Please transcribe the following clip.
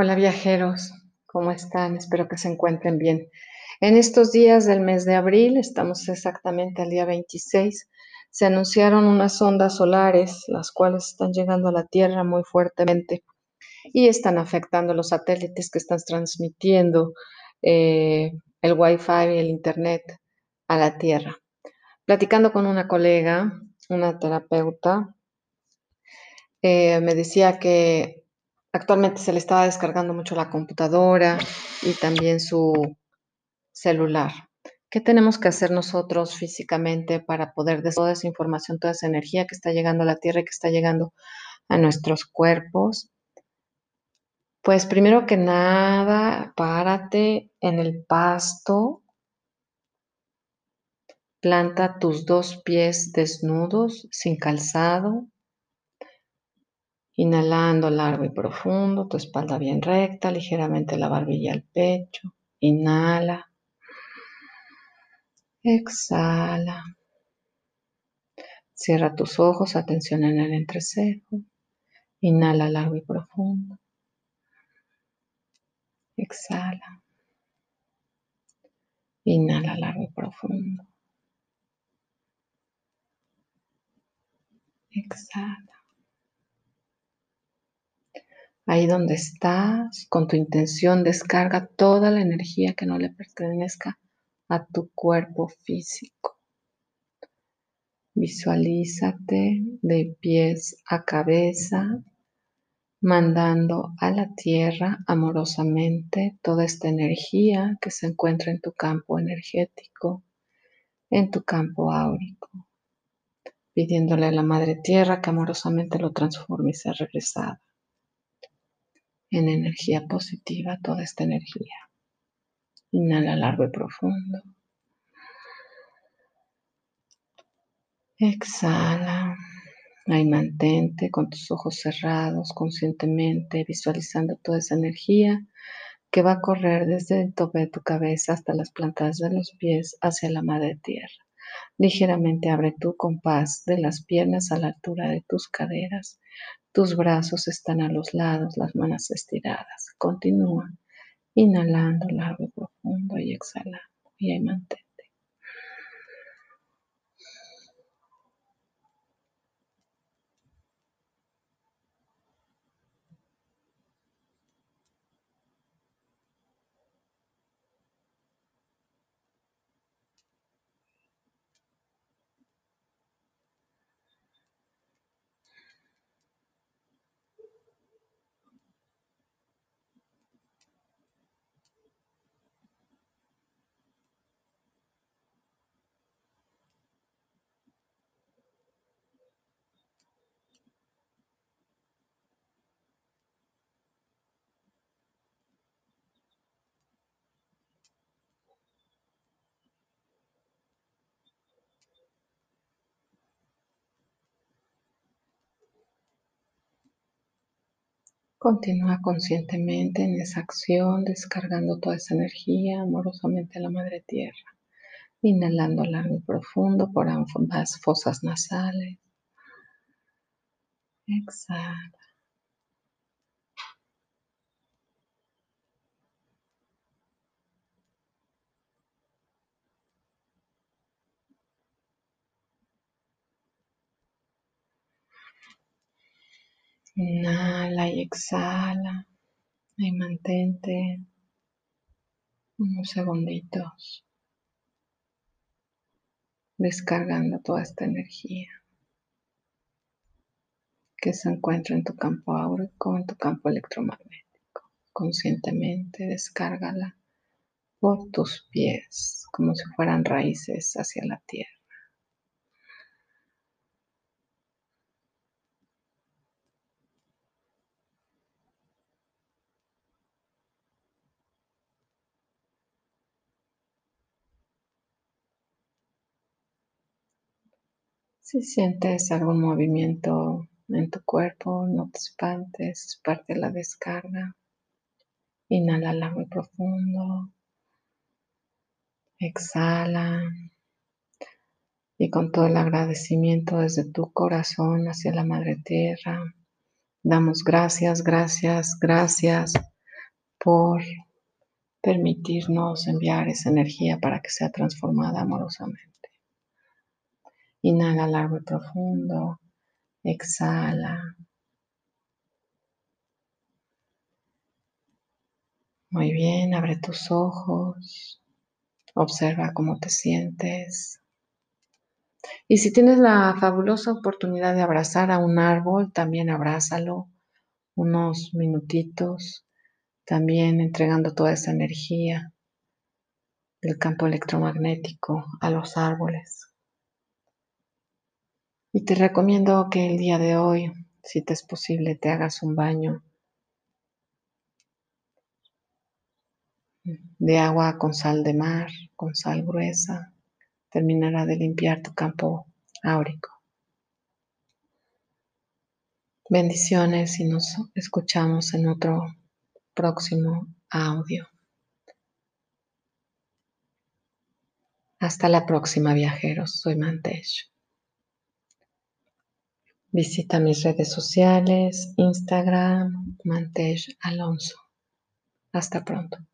Hola viajeros, ¿cómo están? Espero que se encuentren bien. En estos días del mes de abril, estamos exactamente al día 26, se anunciaron unas ondas solares, las cuales están llegando a la Tierra muy fuertemente y están afectando los satélites que están transmitiendo el Wi-Fi y el Internet a la Tierra. Platicando con una colega, una terapeuta, me decía que actualmente se le estaba descargando mucho la computadora y también su celular. ¿Qué tenemos que hacer nosotros físicamente para poder toda esa información, toda esa energía que está llegando a la Tierra y que está llegando a nuestros cuerpos? Pues primero que nada, párate en el pasto, planta tus dos pies desnudos, sin calzado, inhalando largo y profundo, tu espalda bien recta, ligeramente la barbilla al pecho. Inhala, exhala. Cierra tus ojos, atención en el entrecejo. Inhala largo y profundo. Exhala. Inhala largo y profundo. Exhala. Ahí donde estás, con tu intención, descarga toda la energía que no le pertenezca a tu cuerpo físico. Visualízate de pies a cabeza, mandando a la tierra amorosamente toda esta energía que se encuentra en tu campo energético, en tu campo áurico, pidiéndole a la Madre Tierra que amorosamente lo transforme y sea regresada en energía positiva toda esta energía. Inhala largo y profundo. Exhala. Ahí mantente con tus ojos cerrados, conscientemente visualizando toda esa energía que va a correr desde el tope de tu cabeza hasta las plantas de los pies hacia la Madre Tierra. Ligeramente abre tu compás de las piernas a la altura de tus caderas. Tus brazos están a los lados, las manos estiradas. Continúa inhalando largo y profundo y exhalando. Y ahí mantente. Continúa conscientemente en esa acción, descargando toda esa energía amorosamente a la Madre Tierra. Inhalando largo y profundo por ambas fosas nasales. Exhala. Inhala y exhala. Y mantente unos segunditos descargando toda esta energía que se encuentra en tu campo áurico, en tu campo electromagnético. Conscientemente descárgala por tus pies como si fueran raíces hacia la tierra. Si sientes algún movimiento en tu cuerpo, no te espantes, es parte de la descarga. Inhala largo y profundo. Exhala. Y con todo el agradecimiento desde tu corazón hacia la Madre Tierra, damos gracias, gracias, gracias por permitirnos enviar esa energía para que sea transformada amorosamente. Inhala largo y profundo, exhala. Muy bien, abre tus ojos, observa cómo te sientes. Y si tienes la fabulosa oportunidad de abrazar a un árbol, también abrázalo unos minutitos, también entregando toda esa energía del campo electromagnético a los árboles. Y te recomiendo que el día de hoy, si te es posible, te hagas un baño de agua con sal de mar, con sal gruesa. Terminará de limpiar tu campo áurico. Bendiciones y nos escuchamos en otro próximo audio. Hasta la próxima, viajeros. Soy Mantesh. Visita mis redes sociales, Instagram, Mantesh Alonso. Hasta pronto.